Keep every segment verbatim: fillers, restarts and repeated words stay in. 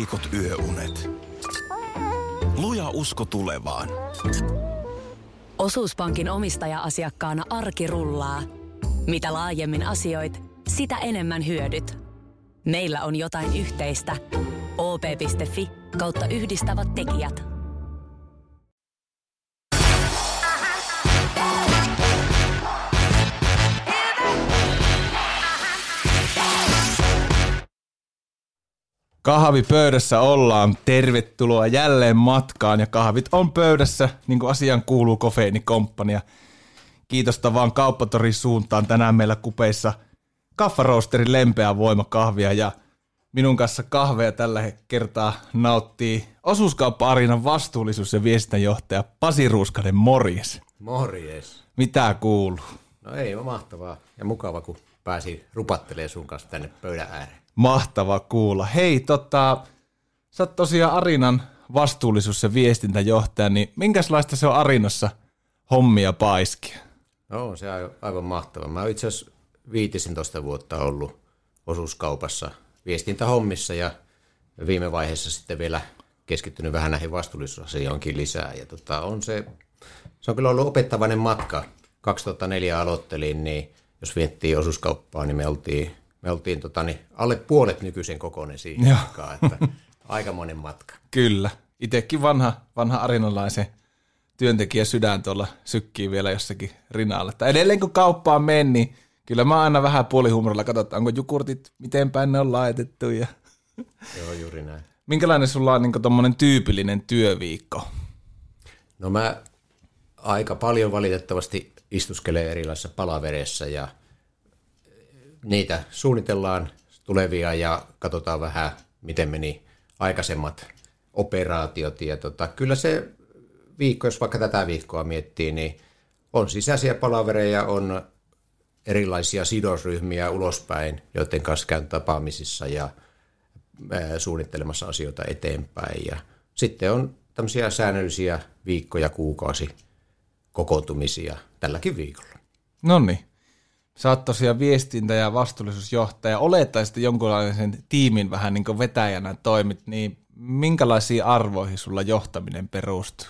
heikot yöunet. Luja usko tulevaan. Osuuspankin omistaja-asiakkaana arki rullaa. Mitä laajemmin asioit, sitä enemmän hyödyt. Meillä on jotain yhteistä. o p piste f i kautta yhdistävät tekijät. Kahvipöydässä ollaan. Tervetuloa jälleen matkaan ja kahvit on pöydässä, niin kuin asian kuuluu Kofeiinikomppania. Kiitosta vaan Kauppatorin suuntaan. Tänään meillä kupeissa Kaffaroosterin lempeä voimakahvia ja minun kanssa kahvea tällä kertaa nauttii Osuuskauppa-Arinan vastuullisuus- ja viestintäjohtaja Pasi Ruuskanen. Morjes. Morjes. Mitä kuuluu? No ei, mahtavaa ja mukava, kun pääsi rupattelemaan sun kanssa tänne pöydän ääreen. Mahtava kuulla. Hei, tota, sä oot tosiaan Arinan vastuullisuus- ja viestintäjohtaja, niin minkälaista se on Arinassa hommia paiskia? No se on aivan mahtavaa. Mä oon itse asiassa viisitoista vuotta ollut osuuskaupassa viestintähommissa ja viime vaiheessa sitten vielä keskittynyt vähän näihin vastuullisuusasioihinkin lisää. Ja tota, on se, se on kyllä ollut opettavainen matka. kaksituhattaneljä aloittelin, niin jos miettii osuuskauppaa, niin me oltiin Me oltiin tota, niin, alle puolet nykyisen kokoinen siihen aikaan, että aikamoinen matka. Kyllä. Itsekin vanha, vanha arinalaisen työntekijä sydän tuolla sykkii vielä jossakin rinnalla. Että edelleen kun kauppaan meni, niin kyllä mä aina vähän puolihumorilla katsotaan, onko jukurtit, miten päin ne on laitettu. Ja Joo, juuri näin. Minkälainen sulla on niin tommoinen tyypillinen työviikko? No mä aika paljon valitettavasti istuskelen erilaisissa palavereissa ja niitä suunnitellaan tulevia ja katsotaan vähän, miten meni aikaisemmat operaatiot. Ja tota, kyllä se viikko, jos vaikka tätä viikkoa miettii, niin on sisäisiä palavereja, on erilaisia sidosryhmiä ulospäin, joiden kanssa käyn tapaamisissa ja ää, suunnittelemassa asioita eteenpäin. Ja sitten on tämmöisiä säännöllisiä viikkoja, kuukausi kokoontumisia tälläkin viikolla. Noniin. Sä oot tosiaan viestintä- ja vastuullisuusjohtaja. Olettaisit jonkunlaisen tiimin vähän niin kuin vetäjänä toimit, niin minkälaisiin arvoihin sulla johtaminen perustuu?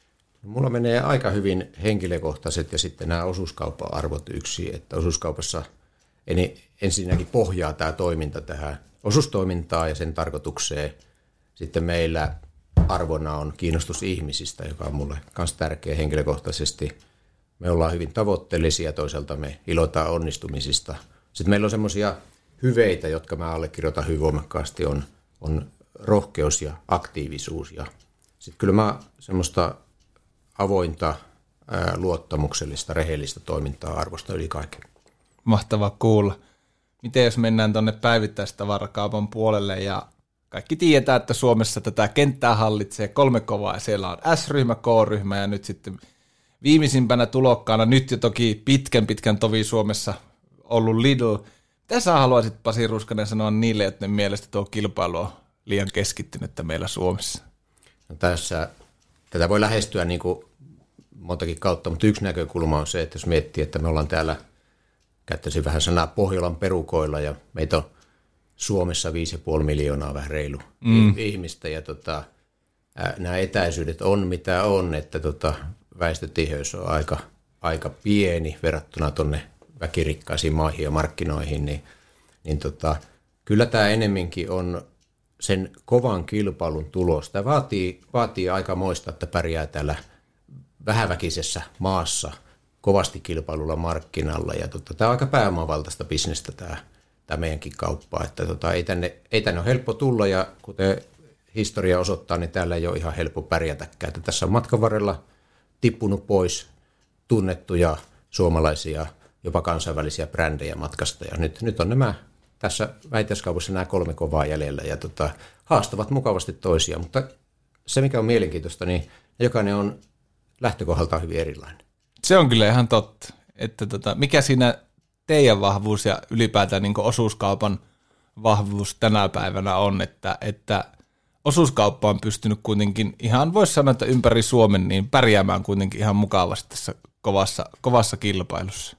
Mulla menee aika hyvin henkilökohtaiset ja sitten nämä osuuskauppa-arvot yksi, että osuuskaupassa ensinnäkin pohjaa tämä toiminta tähän osuustoimintaan ja sen tarkoitukseen. Sitten meillä arvona on kiinnostus ihmisistä, joka on mulle myös tärkeä henkilökohtaisesti. Me ollaan hyvin tavoitteellisia, toisaalta me ilotaan onnistumisista. Sitten meillä on semmoisia hyveitä, jotka mä allekirjoitan hyvin voimakkaasti, on, on rohkeus ja aktiivisuus. Ja sitten kyllä mä semmoista avointa, ää, luottamuksellista, rehellistä toimintaa arvostan yli kaiken. Mahtavaa kuulla. Miten jos mennään tuonne päivittäistavarakaupan puolelle ja kaikki tietää, että Suomessa tätä kenttää hallitsee kolme kovaa ja siellä on S-ryhmä, K-ryhmä ja nyt sitten viimeisimpänä tulokkaana, nyt jo toki pitkän pitkän tovi Suomessa ollut Lidl. Mitä sä haluaisit, Pasi Ruuskanen, sanoa niille, että ne mielestä tuo kilpailu on liian keskittynyttä meillä Suomessa? No tässä, tätä voi lähestyä niin kuin montakin kautta, mutta yksi näkökulma on se, että jos miettii, että me ollaan täällä, käyttäisin vähän sanaa Pohjolan perukoilla ja meitä on Suomessa viisi pilkku viisi miljoonaa vähän reilu mm. ihmistä ja tota, ää, nämä etäisyydet on mitä on, että tota, väestötiheys on aika, aika pieni verrattuna tuonne väkirikkaisiin maihin ja markkinoihin, niin, niin tota, kyllä tämä enemminkin on sen kovan kilpailun tulos. Tämä vaatii, vaatii aika moista, että pärjää täällä vähäväkisessä maassa kovasti kilpailulla markkinalla. Ja tota, tämä on aika pääomavaltaista bisnestä tämä, tämä meidänkin kauppa. Että tota, ei, tänne, ei tänne ole helppo tulla ja kuten historia osoittaa, niin täällä ei ole ihan helppo pärjätäkään. Että tässä on matkan varrella tippunut pois tunnettuja suomalaisia, jopa kansainvälisiä brändejä matkasta. Ja nyt, nyt on nämä tässä vähittäiskaupassa nämä kolme kovaa jäljellä ja tota, haastavat mukavasti toisia. Mutta se, mikä on mielenkiintoista, niin jokainen on lähtökohdaltaan hyvin erilainen. Se on kyllä ihan totta. Että tota, mikä siinä teidän vahvuus ja ylipäätään niin kuin osuuskaupan vahvuus tänä päivänä on, että, että osuuskauppa on pystynyt kuitenkin ihan, voisi sanoa, että ympäri Suomen niin pärjäämään kuitenkin ihan mukavasti tässä kovassa, kovassa kilpailussa.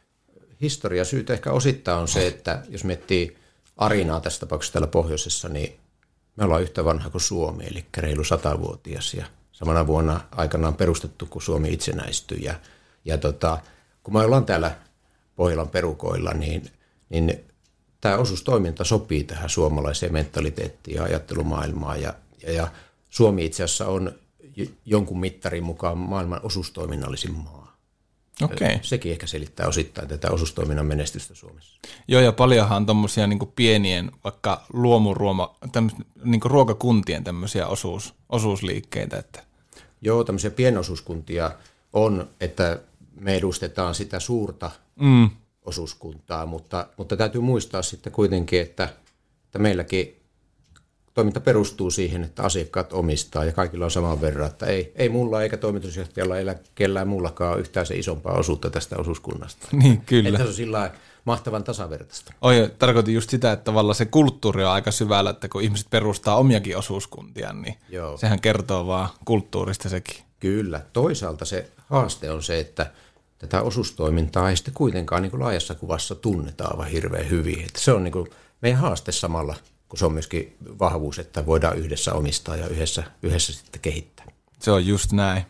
Historia syytä ehkä osittain on se, että jos miettii Arinaa tässä tapauksessa täällä pohjoisessa, niin me ollaan yhtä vanha kuin Suomi, eli reilu satavuotias ja samana vuonna aikanaan perustettu, kun Suomi itsenäistyi. Ja, ja tota, kun me ollaan täällä Pohjolan perukoilla, niin, niin tämä osuustoiminta sopii tähän suomalaiseen mentaliteettiin ja ajattelumaailmaan. Ja, ja, ja Suomi itse asiassa on jonkun mittarin mukaan maailman osuustoiminnallisin maa. Okei. Sekin ehkä selittää osittain tätä osuustoiminnan menestystä Suomessa. Joo, ja paljonhan on tuommoisia niin pienien, vaikka luomuruoma, niin ruokakuntien tämmöisiä osuus, osuusliikkeitä. Että. Joo, tämmöisiä pienosuuskuntia on, että me edustetaan sitä suurta mm. osuuskuntaa, mutta, mutta täytyy muistaa sitten kuitenkin, että, että meilläkin toiminta perustuu siihen, että asiakkaat omistaa ja kaikilla on saman verran, että ei, ei mulla eikä toimitusjohtajalla eikä kellään muullakaan ole yhtään se isompaa osuutta tästä osuuskunnasta. Niin, kyllä. Että se on sillä mahtavan tasavertaista. Oi, tarkoitin just sitä, että tavallaan se kulttuuri on aika syvällä, että kun ihmiset perustaa omiakin osuuskuntia, niin Joo. sehän kertoo vaan kulttuurista sekin. Kyllä. Toisaalta se haaste on se, että tätä osuustoimintaa ei sitten kuitenkaan niin kuin laajassa kuvassa tunneta aivan hirveän hyvin. Että se on niin kuin meidän haaste samalla, kun se on myöskin vahvuus, että voidaan yhdessä omistaa ja yhdessä, yhdessä sitten kehittää. Se on just näin.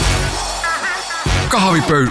Kahvipöy.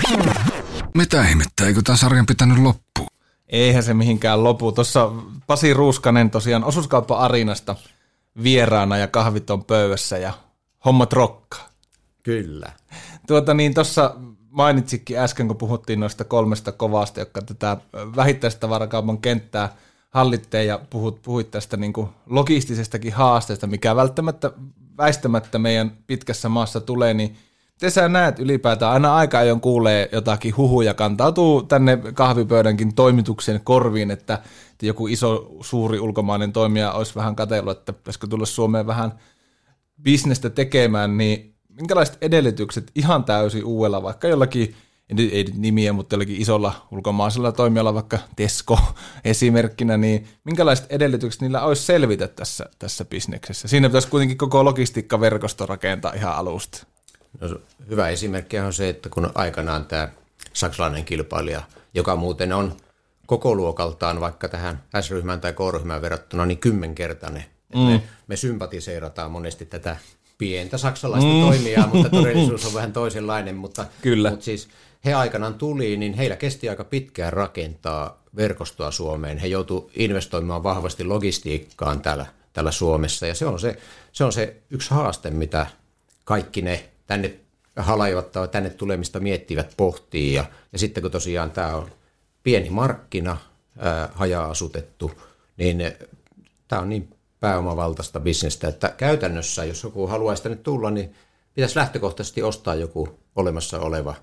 Mitä ihmettä, eikö tämän sarjan pitänyt loppua? Eihän se mihinkään lopu. Tuossa Pasi Ruuskanen tosiaan Osuuskauppa-arinasta vieraana ja kahvit on pöydässä ja hommat rokkaa. Kyllä. Tuota niin, tuossa mainitsikin äsken, kun puhuttiin noista kolmesta kovasta, jotka tätä vähittäistavarakaupan kenttää hallitsee ja puhut, puhuit tästä niin kuin logistisestakin haasteesta, mikä välttämättä väistämättä meidän pitkässä maassa tulee, niin miten sä näet ylipäätään, aina aika ajoin kuulee jotakin huhuja, kantautuu tänne kahvipöydänkin toimituksen korviin, että, että joku iso, suuri ulkomainen toimija olisi vähän katsellut, että pitäisikö tulla Suomeen vähän bisnestä tekemään, niin minkälaiset edellytykset ihan täysin uudella, vaikka jollakin, ei nyt nimiä, mutta jollakin isolla ulkomaisella toimijalla, vaikka Tesco esimerkkinä, niin minkälaiset edellytykset niillä olisi selvitä tässä, tässä bisneksessä? Siinä pitäisi kuitenkin koko logistiikkaverkosto rakentaa ihan alusta. No, hyvä esimerkki on se, että kun aikanaan tämä saksalainen kilpailija, joka muuten on koko luokaltaan vaikka tähän S-ryhmään tai K-ryhmään verrattuna, niin kymmenkertainen. Mm. Me, me sympatiseerataan monesti tätä pientä saksalaista mm. toimijaa, mutta todellisuus on vähän toisenlainen. Mutta, Kyllä. mutta siis he aikanaan tuli, niin heillä kesti aika pitkään rakentaa verkostoa Suomeen. He joutuivat investoimaan vahvasti logistiikkaan täällä, täällä Suomessa, ja se on se, se on se yksi haaste, mitä kaikki ne tänne halaivat tai tänne tulemista miettivät, pohtii, ja, ja sitten kun tosiaan tämä on pieni markkina, ää, haja-asutettu, niin tämä on niin pääomavaltaista bisnestä, että käytännössä, jos joku haluaisi tänne tulla, niin pitäisi lähtökohtaisesti ostaa joku olemassa oleva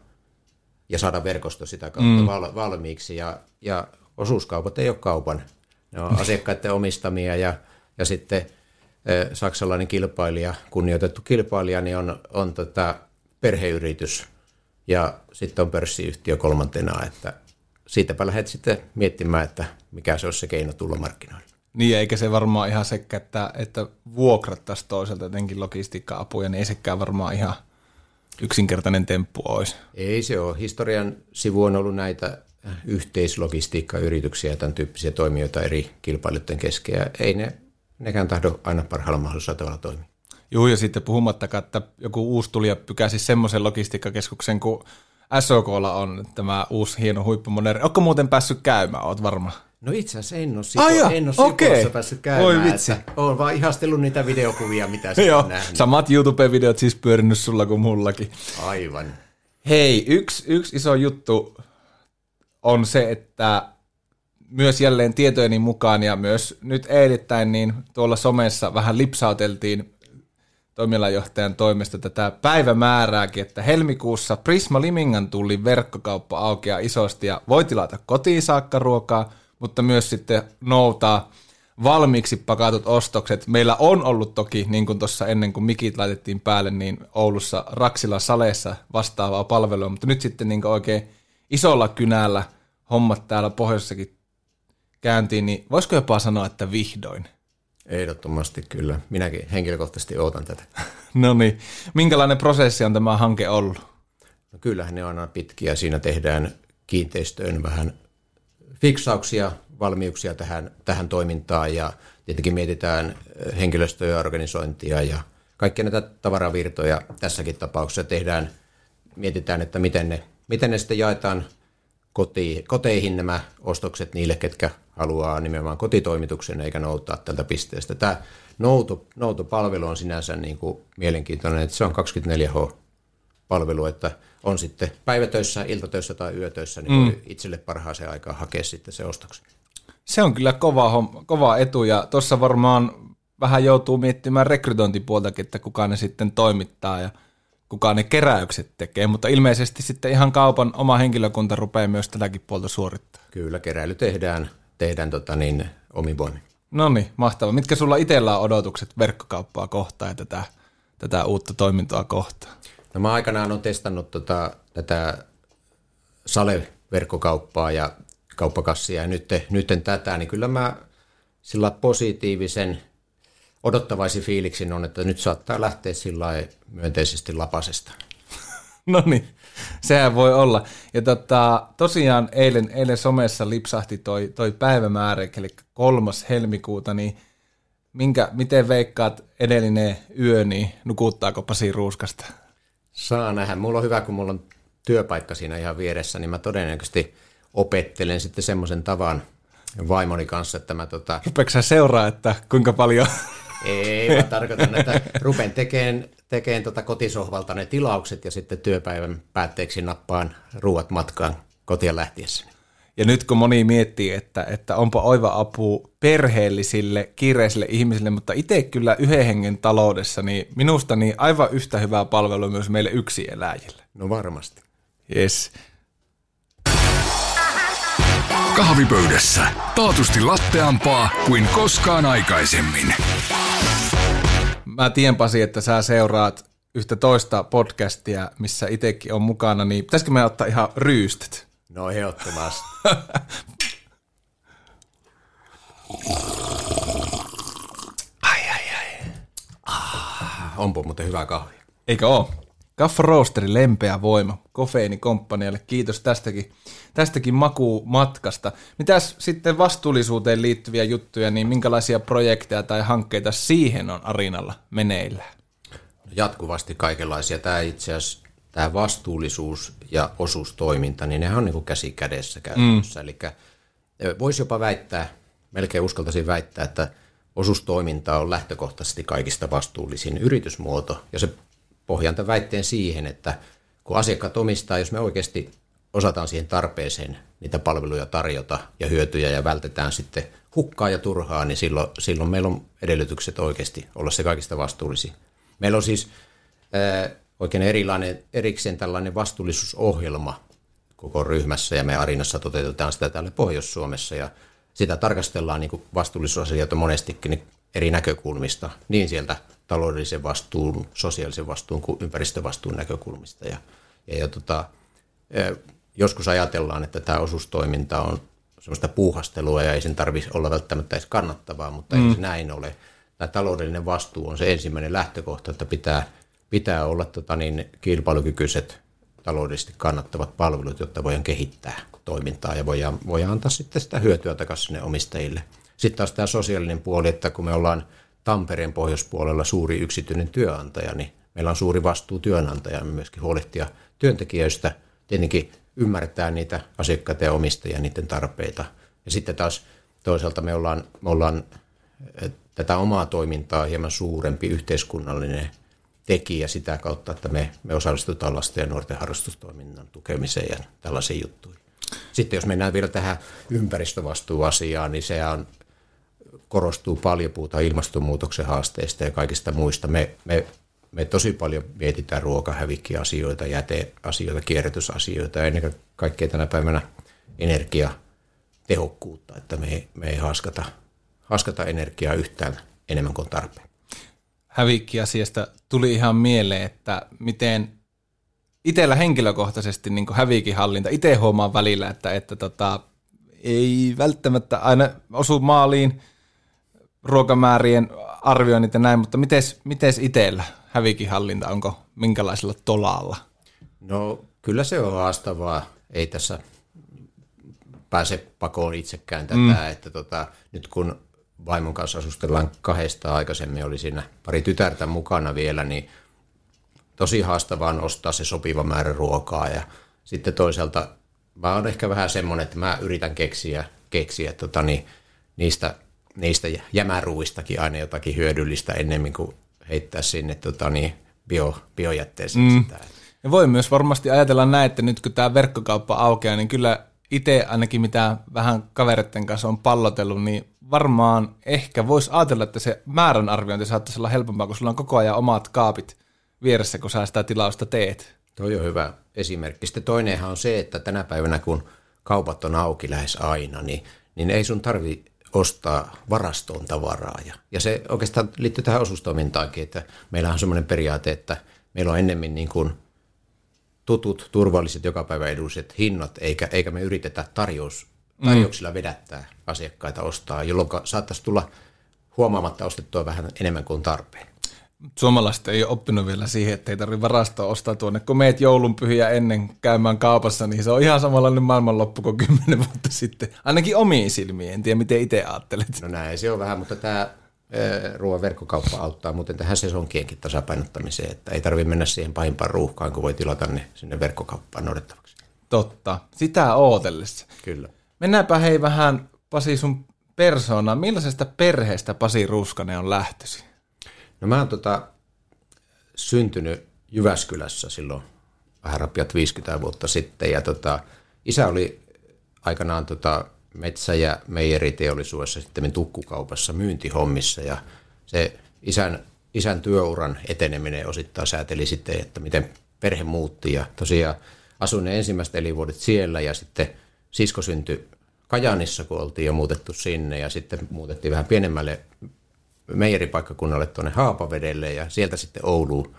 ja saada verkosto sitä kautta mm. val- valmiiksi, ja, ja osuuskaupat ei ole kaupan, ne on asiakkaiden omistamia, ja, ja sitten saksalainen kilpailija, kunnioitettu kilpailija, niin on, on tota perheyritys ja sitten on pörssiyhtiö kolmantena, että siitäpä lähdet sitten miettimään, että mikä se olisi se keino tulla markkinoille. Niin, eikä se varmaan ihan sekä, että, että vuokrattaisiin toiselta jotenkin logistiikka-apuja, niin ei sekään varmaan ihan yksinkertainen temppu olisi. Ei se ole. Historian sivu on ollut näitä yhteislogistiikkayrityksiä ja tämän tyyppisiä toimijoita eri kilpailijoiden kesken, ja ei ne nekään tahdo aina parhaalla mahdollisella tavalla toimia. Joo, ja sitten puhumattakaan, että joku uusi tulija pykäisi semmoisen logistiikkakeskuksen, kun S O K:lla on tämä uusi hieno huippumoderni. Ootko muuten päässyt käymään, oot varma? No itse asiassa en ole, Sipo, ah, en ole Sipossa okay. päässyt käymään. Oi vitsi. Olen vaan ihastellut niitä videokuvia, mitä sinä on nähnyt. Samat YouTube-videot siis pyörinyt sulla kuin mullakin. Aivan. Hei, yksi, yksi iso juttu on se, että myös jälleen tietojeni mukaan ja myös nyt eilittäin niin tuolla somessa vähän lipsauteltiin toimialajohtajan toimesta tätä päivämäärääkin, että helmikuussa Prisma Limingan tuli verkkokauppa aukeaa isosti ja voi tilata kotiin saakka ruokaa, mutta myös sitten noutaa valmiiksi pakatut ostokset. Meillä on ollut toki, niin kuin tuossa ennen kuin mikit laitettiin päälle, niin Oulussa Raksila Saleessa vastaavaa palvelua, mutta nyt sitten niin oikein isolla kynällä hommat täällä pohjoisessakin käyntiin, niin voisiko jopa sanoa, että vihdoin? Ehdottomasti kyllä. Minäkin henkilökohtaisesti odotan tätä. No niin. Minkälainen prosessi on tämä hanke ollut? No kyllähän ne on aina pitkiä. Siinä tehdään kiinteistöön vähän fiksauksia, valmiuksia tähän, tähän toimintaan, ja tietenkin mietitään henkilöstöä, organisointia ja kaikkia näitä tavaravirtoja tässäkin tapauksessa tehdään, mietitään, että miten ne, miten ne sitten jaetaan kotiin, koteihin nämä ostokset niille, ketkä haluaa nimenomaan kotitoimituksen eikä noutaa tältä pisteestä. Tämä nouto, noutopalvelu on sinänsä niin kuin mielenkiintoinen, että se on kaksikymmentäneljä H-palvelu, että on sitten päivätöissä, iltatöissä tai yötöissä, niin voi mm. itselle parhaaseen aikaan hakea sitten se ostoksen. Se on kyllä kova, homma, kova etu, ja tuossa varmaan vähän joutuu miettimään rekrytointipuoltakin, että kuka ne sitten toimittaa ja kuka ne keräykset tekee, mutta ilmeisesti sitten ihan kaupan oma henkilökunta rupeaa myös tätäkin puolta suorittaa. Kyllä, keräily tehdään, tehdään tota niin, omin voimin. No niin, mahtavaa. Mitkä sulla itsellä on odotukset verkkokauppaa kohtaan ja tätä, tätä uutta toimintoa kohtaan? No mä aikanaan olen testannut tota, tätä Sale-verkkokauppaa ja kauppakassia ja nyt, nyt tätä, niin kyllä mä sillä positiivisen odottavaisin fiiliksin on, että nyt saattaa lähteä sillä myönteisesti lapasesta. No niin, sehän voi olla. Ja tota, tosiaan eilen, eilen somessa lipsahti toi, toi päivämäärä, eli kolmas helmikuuta, niin minkä, miten veikkaat edellinen yö, niin nukuttaako Pasi ruuskasta? Saa nähdä. Mulla on hyvä, kun mulla on työpaikka siinä ihan vieressä, niin mä todennäköisesti opettelen sitten semmoisen tavan vaimoni kanssa, että mä tota... Rupeeko sä seuraa, että kuinka paljon... Ei, mä tarkoitan, että rupen tekemään, tekemään tota kotisohvalta ne tilaukset ja sitten työpäivän päätteeksi nappaan ruuat matkaan kotiin lähtiessäni. Ja nyt kun moni miettii, että, että onpa oiva apu perheellisille, kiireisille ihmisille, mutta itse kyllä yhden hengen taloudessa, niin minusta niin aivan yhtä hyvää palvelua myös meille yksieläjille. No varmasti. Yes. Kahvipöydässä. Taatusti latteampaa kuin koskaan aikaisemmin. Mä tiedän, Pasi, että sä seuraat yhtä toista podcastia, missä itsekin on mukana, niin pitäisikö me ottaa ihan ryystet? No ehdottomasti. ai ai ai. Ah, onpa muuten hyvä kahvi. Eikö oo? Gaffa Roasteri, lempeä voima, kofeiinikomppanialle. Kiitos tästäkin, tästäkin makumatkasta. Mitäs sitten vastuullisuuteen liittyviä juttuja, niin minkälaisia projekteja tai hankkeita siihen on Arinalla meneillään? Jatkuvasti kaikenlaisia. Tämä itse asiassa tämä vastuullisuus ja osuustoiminta, niin nehän on niin kuin käsi kädessä käytössä. Mm. Eli voisi jopa väittää, melkein uskaltaisin väittää, että osuustoiminta on lähtökohtaisesti kaikista vastuullisin yritysmuoto, ja se pohjanta väitteen siihen, että kun asiakkaat omistaa, jos me oikeasti osataan siihen tarpeeseen niitä palveluja tarjota ja hyötyjä ja vältetään sitten hukkaa ja turhaa, niin silloin, silloin meillä on edellytykset oikeasti olla se kaikista vastuullisin. Meillä on siis ää, oikein erilainen, erikseen tällainen vastuullisuusohjelma koko ryhmässä ja me Arinassa toteutetaan sitä täällä Pohjois-Suomessa ja sitä tarkastellaan niin kuin vastuullisuusasioita monestikin niin eri näkökulmista, niin sieltä taloudellisen vastuun, sosiaalisen vastuun kuin ympäristövastuun näkökulmista. Ja, ja, ja tota, joskus ajatellaan, että tämä osuustoiminta on semmoista puuhastelua ja ei sen tarvitse olla välttämättä edes kannattavaa, mutta mm. ei se näin ole. Tämä taloudellinen vastuu on se ensimmäinen lähtökohta, että pitää, pitää olla tota niin, kilpailukykyiset, taloudellisesti kannattavat palvelut, jotta voidaan kehittää toimintaa ja voidaan, voidaan antaa sitten sitä hyötyä takaisin sinne omistajille. Sitten taas tämä sosiaalinen puoli, että kun me ollaan Tampereen pohjoispuolella suuri yksityinen työnantaja, niin meillä on suuri vastuu työnantajamme myöskin huolehtia työntekijöistä, tietenkin ymmärtää niitä asiakkaita ja omistajia, niiden tarpeita. Ja sitten taas toisaalta me ollaan, me ollaan tätä omaa toimintaa hieman suurempi yhteiskunnallinen tekijä sitä kautta, että me, me osallistutaan lasten ja nuorten harrastustoiminnan tukemiseen ja tällaisiin juttuihin. Sitten jos mennään vielä tähän ympäristövastuuasiaan, niin se on, korostuu paljon, puhutaan ilmastonmuutoksen haasteista ja kaikista muista. Me, me, me tosi paljon mietitään ruokahävikkiasioita, jäteasioita, kierrätysasioita ja ennen kaikkea tänä päivänä energiatehokkuutta, että me ei, me ei haaskata, haaskata energiaa yhtään enemmän kuin tarpeen. Hävikkiasiasta tuli ihan mieleen, että miten itsellä henkilökohtaisesti niin kuin hävikinhallinta, itse huomaan välillä, että, että tota, ei välttämättä aina osu maaliin ruokamäärien arvioinnit ja näin, mutta mites, mites itsellä hävikinhallinta, onko minkälaisella tolalla? No kyllä se on haastavaa, ei tässä pääse pakoon itsekään tätä, mm. että tota, nyt kun vaimon kanssa asustellaan kahdesta, aikaisemmin oli siinä pari tytärtä mukana vielä, niin tosi haastavaa on ostaa se sopiva määrä ruokaa. Ja sitten toisaalta mä oon ehkä vähän semmoinen, että mä yritän keksiä, keksiä tota, niin, niistä, niistä jämäruistakin aina jotakin hyödyllistä ennemmin kuin heittää sinne tota, niin, bio, biojätteeseen mm. sitä. Ja voi myös varmasti ajatella näin, että nyt kun tämä verkkokauppa aukeaa, niin kyllä itse ainakin mitä vähän kavereiden kanssa on pallotellut, niin varmaan ehkä voisi ajatella, että se määrän arviointi saattaisi olla helpompaa, kun sulla on koko ajan omat kaapit vieressä, kun sä sitä tilausta teet. Toi on hyvä esimerkki. Sitten toinenhan on se, että tänä päivänä kun kaupat on auki lähes aina, niin, niin ei sun tarvi ostaa varastoon tavaraa. Ja, ja se oikeastaan liittyy tähän osuustoimintaankin, että meillä on semmoinen periaate, että meillä on ennemmin niin kuin tutut, turvalliset, jokapäiväedulliset hinnat, eikä, eikä me yritetä tarjous, tarjouksilla vedättää asiakkaita ostaa, jolloin saattaisi tulla huomaamatta ostettua vähän enemmän kuin tarpeen. Suomalaiset ei ole oppinut vielä siihen, että ei tarvitse varastoa ostaa tuonne. Kun meet joulunpyhiä ennen käymään kaupassa, niin se on ihan samanlainen maailmanloppu kuin kymmenen vuotta sitten. Ainakin omiin silmiin, en tiedä miten itse ajattelet. No näin se on vähän, mutta tämä ruoan verkkokauppa auttaa muuten tähän sesonkienkin tasapainottamiseen, että ei tarvitse mennä siihen pahimpaan ruuhkaan, kun voi tilata ne sinne verkkokauppaan noudettavaksi. Totta, sitä ootellessa. Kyllä. Mennäänpä hei vähän, Pasi, sun persoonaan. Millaisesta perheestä Pasi Ruuskanen on lähtösi? No mä oon tota, syntynyt Jyväskylässä silloin vähän rapiat viisikymmentä vuotta sitten, ja tota, isä oli aikanaan tota, metsä- ja meijeriteollisuudessa, sitten tukkukaupassa myyntihommissa, ja se isän, isän työuran eteneminen osittain sääteli sitten, että miten perhe muutti, ja tosiaan asuin ne ensimmäiset elinvuodet siellä, ja sitten sisko syntyi Kajaanissa, kun oltiin jo muutettu sinne, ja sitten muutettiin vähän pienemmälle meijeripaikkakunnalle tuonne Haapavedelle, ja sieltä sitten Ouluun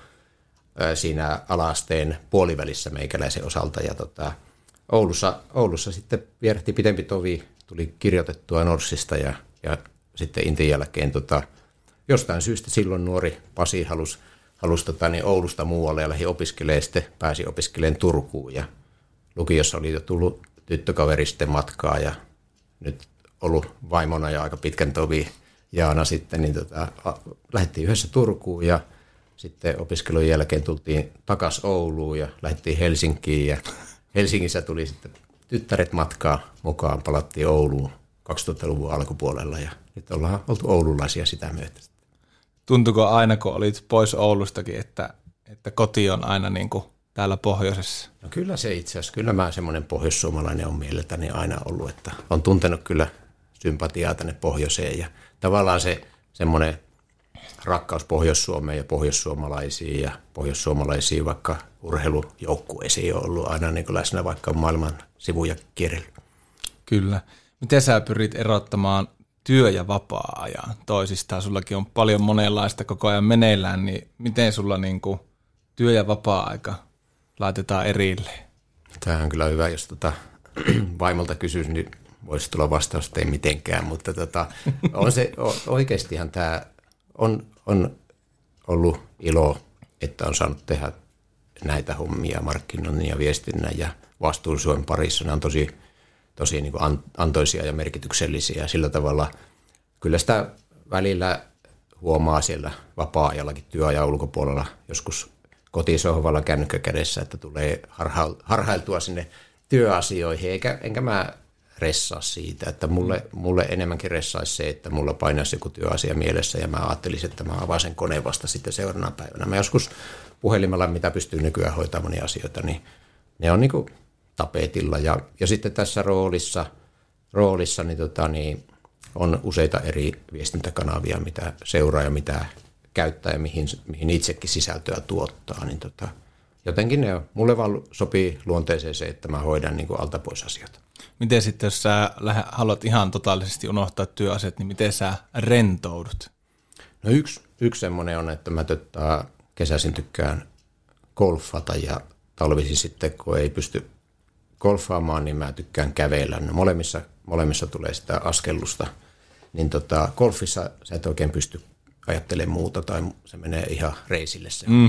siinä ala-asteen puolivälissä meikäläisen osalta, ja tota, Oulussa, Oulussa sitten vierähti pitempi tovi, tuli kirjoitettua Norssista, ja, ja sitten Intin jälkeen tota, jostain syystä silloin nuori Pasi halusi, halusi tota, niin Oulusta muualle ja lähti opiskelemaan, sitten pääsi opiskelemaan Turkuun, ja lukiossa oli jo tullut tyttökaveri sitten matkaa, ja nyt ollut vaimona ja aika pitkän tovi Jaana sitten, niin tota, lähdettiin yhdessä Turkuun, ja sitten opiskelun jälkeen tultiin takaisin Ouluun ja lähdettiin Helsinkiin, ja Helsingissä tuli sitten tyttäret matkaa mukaan, palattiin Ouluun kaksituhattaluvun alkupuolella, ja nyt ollaan oltu oululaisia sitä myötä. Tuntuiko aina, kun olit pois Oulustakin, että, että koti on aina niin kuin täällä pohjoisessa? No kyllä se itse asiassa, kyllä mä semmoinen pohjoissuomalainen on mieleltäni aina ollut, että on tuntenut kyllä sympatiaa tänne pohjoiseen, ja tavallaan se semmoinen rakkaus Pohjois-Suomeen ja pohjoissuomalaisiin ja pohjoissuomalaisiin vaikka urheilujoukkueisiin on ollut aina niin kuin läsnä, vaikka maailman sivuja kierrellyt. Kyllä. Miten sä pyrit erottamaan työ- ja vapaa-ajan toisistaan? Sullakin on paljon monenlaista koko ajan meneillään, niin miten sulla niin kuin työ- ja vapaa-aika laitetaan erilleen? Tämä on kyllä hyvä, jos tota vaimolta kysyisi, niin voisi tulla vastaus, että ei mitenkään, mutta tota, on se oikeastihan tämä on, on ollut ilo, että on saanut tehdä näitä hommia markkinoinnin ja viestinnän ja vastuullisuuden parissa. Ne on tosi, tosi niin kuin antoisia ja merkityksellisiä. Sillä tavalla kyllä sitä välillä huomaa siellä vapaa-ajallakin työajan ulkopuolella, joskus kotisohvalla kännykkä kädessä, että tulee harha, harhailtua sinne työasioihin, eikä, enkä mä ressaa siitä, että mulle, mulle enemmänkin ressaisi se, että mulla painaisi joku työasia mielessä ja mä ajattelisin, että mä avaan sen koneen vasta sitten seuraavana päivänä. Mä joskus puhelimella, mitä pystyy nykyään hoitamaan monia asioita, niin ne on niin kuin tapetilla. Ja, ja sitten tässä roolissa, roolissa niin tota, niin on useita eri viestintäkanavia, mitä seuraa ja mitä käyttää ja mihin, mihin itsekin sisältöä tuottaa. Niin tota, jotenkin ne on, mulle vaan sopii luonteeseen se, että mä hoidan niin kuin alta pois asioita. Miten sitten, jos sä haluat ihan totaalisesti unohtaa työasiat, niin miten sä rentoudut? No yksi, yksi semmoinen on, että mä tota, kesäisin tykkään golfata ja talvisin sitten, kun ei pysty golfaamaan, niin mä tykkään kävellä. No molemmissa, molemmissa tulee sitä askellusta. Niin tota, golfissa sä et oikein pysty ajattelemaan muuta tai se menee ihan reisille. Se mm,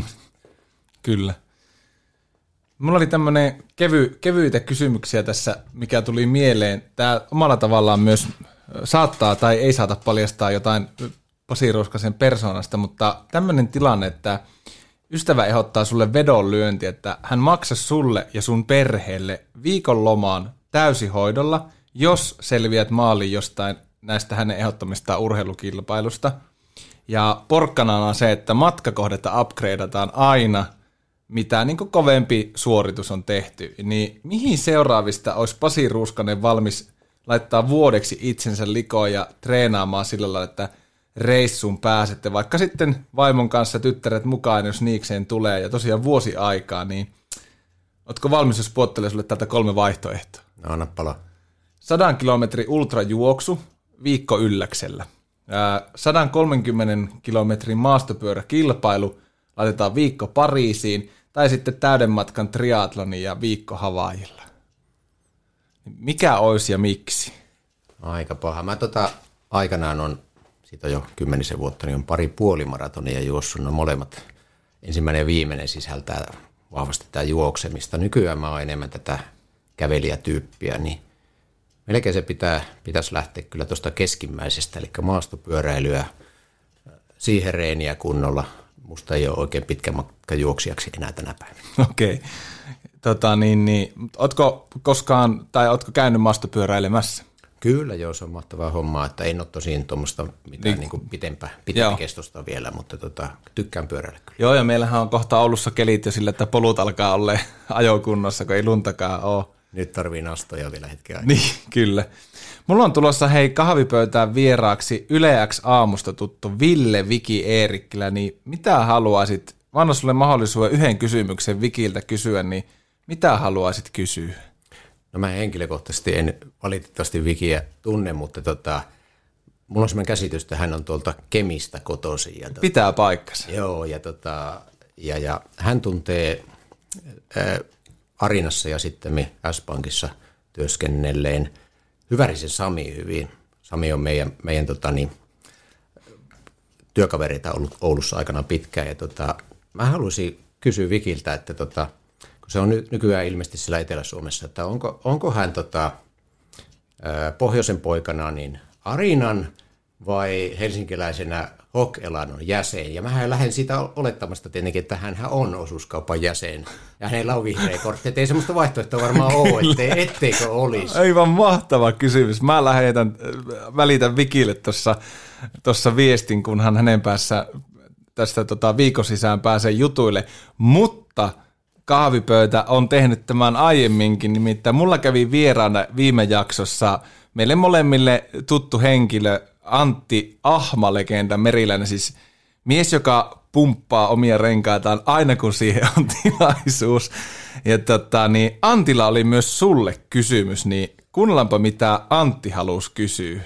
kyllä. Mulla oli tämmöinen kevy, kevyitä kysymyksiä tässä, mikä tuli mieleen. Tämä omalla tavallaan myös saattaa tai ei saata paljastaa jotain Pasi Ruuskasen persoonasta, mutta tämmöinen tilanne, että ystävä ehdottaa sulle vedonlyönti, että hän maksaa sulle ja sun perheelle viikon lomaan täysihoidolla, jos selviät maaliin jostain näistä hänen ehdottamistaan urheilukilpailusta. Ja porkkanana on se, että matkakohdetta upgradeataan aina, mitä niin kuin kovempi suoritus on tehty. Niin mihin seuraavista olisi Pasi Ruuskanen valmis laittaa vuodeksi itsensä likoon ja treenaamaan sillä lailla, että reissuun pääsette, vaikka sitten vaimon kanssa tyttäret mukaan, jos niikseen tulee, ja tosiaan vuosi aikaa, niin ootko valmis, jos puottelee sulle täältä kolme vaihtoehtoa? No anna palaa. Sadan kilometrin ultrajuoksu viikko ylläksellä. sata kolmekymmentä kilometrin maastopyöräkilpailu laitetaan viikko Pariisiin, tai sitten täyden matkan triatloni ja viikko Havaijilla. Mikä olisi ja miksi? Aika paha. Mä tota, aikanaan on, siitä on jo kymmenisen vuotta, niin on pari puolimaratonia juossut. No molemmat, ensimmäinen ja viimeinen sisältää vahvasti tämä juoksemista. Nykyään mä oon enemmän tätä kävelijätyyppiä, niin melkein se pitää, pitäisi lähteä kyllä tuosta keskimmäisestä, eli maastopyöräilyä, siihen reeniä kunnolla. Musta ei ole oikein pitkä matka juoksijaksi enää tänä päivänä. Okei. Tota, niin, niin, ootko koskaan, tai ootko käynyt maastopyöräilemässä? Kyllä joo, se on mahtavaa hommaa, että en ole tosiaan tuommoista mitään niin. Niin pitempää, pitempää kestosta vielä, mutta tota, tykkään pyöräillä kyllä. Joo, ja meillähän on kohta Oulussa kelit jo sillä, että polut alkaa olla ajokunnossa, kun ei luntakaan ole. Nyt tarvii nastoja vielä hetken aikaa. Niin, kyllä. Mulla on tulossa hei kahvipöytään vieraaksi Yle X aamusta tuttu Ville Viki Eerikkilä, niin mitä haluaisit, mä annan sulle mahdollisuuden yhden kysymyksen Vikiltä kysyä, niin mitä haluaisit kysyä? No mä henkilökohtaisesti en valitettavasti Vikiä tunne, mutta tota, mulla on sellainen käsitys, että hän on tuolta Kemistä kotoisin. Ja tota, pitää paikkansa. Joo, ja, tota, ja, ja hän tuntee ää, Arinassa ja sitten S-Pankissa työskennelleen Hyvärisen Sami hyvin. Sami on meidän, meidän tota, niin, työkavereita ollut Oulussa aikana pitkään. Ja, tota, mä haluaisin kysyä Vikiltä, että tota, kun se on ny- nykyään ilmeisesti siellä Etelä-Suomessa, että onko, onko hän tota, ää, pohjoisen poikana niin Arinan vai helsinkiläisenä H O K-Elanon jäsen. Ja mähän lähden siitä olettamasta tietenkin, että hän on osuuskaupan jäsen. Ja hänellä on vihreä kortti. Että ei semmoista vaihtoehtoa varmaan ole, ettei, etteikö olisi. Aivan mahtava kysymys. Mä lähetän, välitän Vikille tuossa viestin, kunhan hänen päässä tästä tota, viikon sisään pääsee jutuille. Mutta kahvipöytä on tehnyt tämän aiemminkin. Nimittäin mulla kävi vieraana viime jaksossa meille molemmille tuttu henkilö, Antti Ahma-legenda Meriläinen, siis mies, joka pumppaa omia renkaitaan aina kun siihen on tilaisuus. Ja tota, niin Antilla oli myös sulle kysymys, niin kuunnellaanpa mitä Antti halusi kysyä.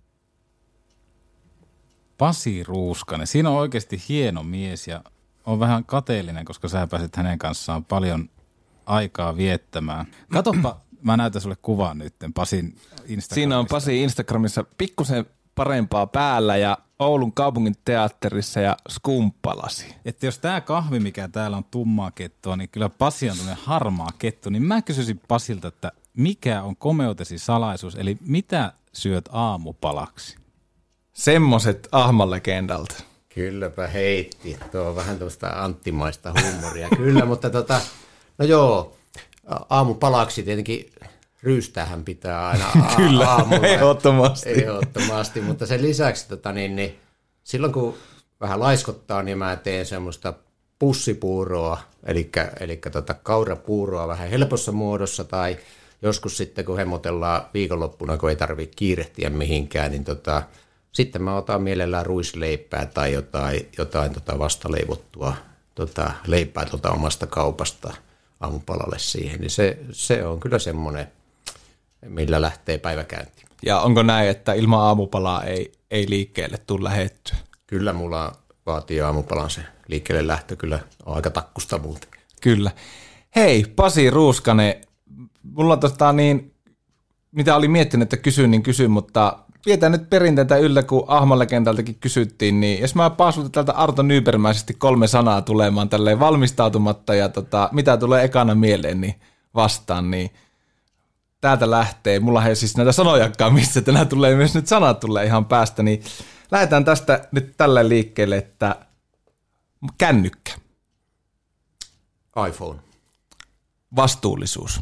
Pasi Ruuskanen, siinä on oikeasti hieno mies ja on vähän kateellinen, koska sä pääset hänen kanssaan paljon aikaa viettämään. Katoppa, mä näytän sulle kuvan nyt Pasin Instagramissa. Siinä on Pasi Instagramissa pikkusen parempaa päällä ja Oulun kaupungin teatterissa ja skumppalasi. Että jos tää kahvi, mikä täällä on tummaa kettua, niin kyllä Pasi on tämmöinen harmaa kettu, niin mä kysyisin Pasilta, että mikä on komeutesi salaisuus, eli mitä syöt aamupalaksi? Semmoset Ahma-legendalta. Kylläpä heitti. Tuo on vähän tuosta anttimaista huumoria. Kyllä, mutta tota, no joo, aamupalaksi tietenkin ryystäähän pitää aina a- Kyllä, aamulla. ehdottomasti. Ehdottomasti, mutta sen lisäksi tota, niin, niin, silloin kun vähän laiskottaa, niin mä teen semmoista pussipuuroa, eli, eli tota, kaurapuuroa vähän helpossa muodossa, tai joskus sitten kun hemmotellaan viikonloppuna, kun ei tarvitse kiirehtiä mihinkään, niin tota, sitten mä otan mielellään ruisleipää tai jotain, jotain tota vastaleivottua tota, leipää tuota omasta kaupasta aamupalalle siihen, niin se, se on kyllä semmoinen, millä lähtee päiväkäyntiin. Ja onko näin, että ilman aamupalaa ei, ei liikkeelle tule lähettyä? Kyllä mulla vaatii aamupalan se liikkeelle lähtö, kyllä on aika takkusta muuten. Kyllä. Hei, Pasi Ruuskanen, mulla tota niin, mitä oli miettinyt, että kysyn, niin kysyn, mutta pidetään nyt perinteitä yllä, kun Ahma-legendaltakin kysyttiin, niin jos mä paasutan tältä Arto Nyybermäisesti kolme sanaa tulemaan tälleen valmistautumatta ja tota, mitä tulee ekana mieleen, niin vastaan, niin täältä lähtee. Mulla ei siis näitä sanojakaan, missä tänään tulee myös nyt sanat tulee ihan päästä, niin lähdetään tästä nyt tällä liikkeelle, että kännykkä. iPhone. Vastuullisuus.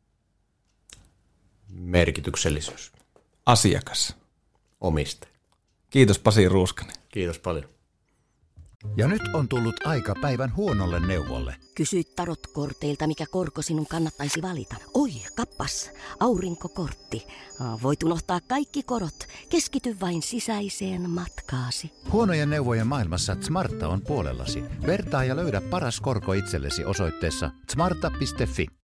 Merkityksellisyys. Asiakas. Omistaja. Kiitos Pasi Ruuskanen. Kiitos paljon. Ja nyt on tullut aika päivän huonolle neuvolle. Kysy tarotkorteilta, mikä korko sinun kannattaisi valita. Oi, kappas, aurinkokortti. Voit unohtaa kaikki korot. Keskity vain sisäiseen matkaasi. Huonojen neuvojen maailmassa Smarta on puolellasi. Vertaa ja löydä paras korko itsellesi osoitteessa smarta piste fi.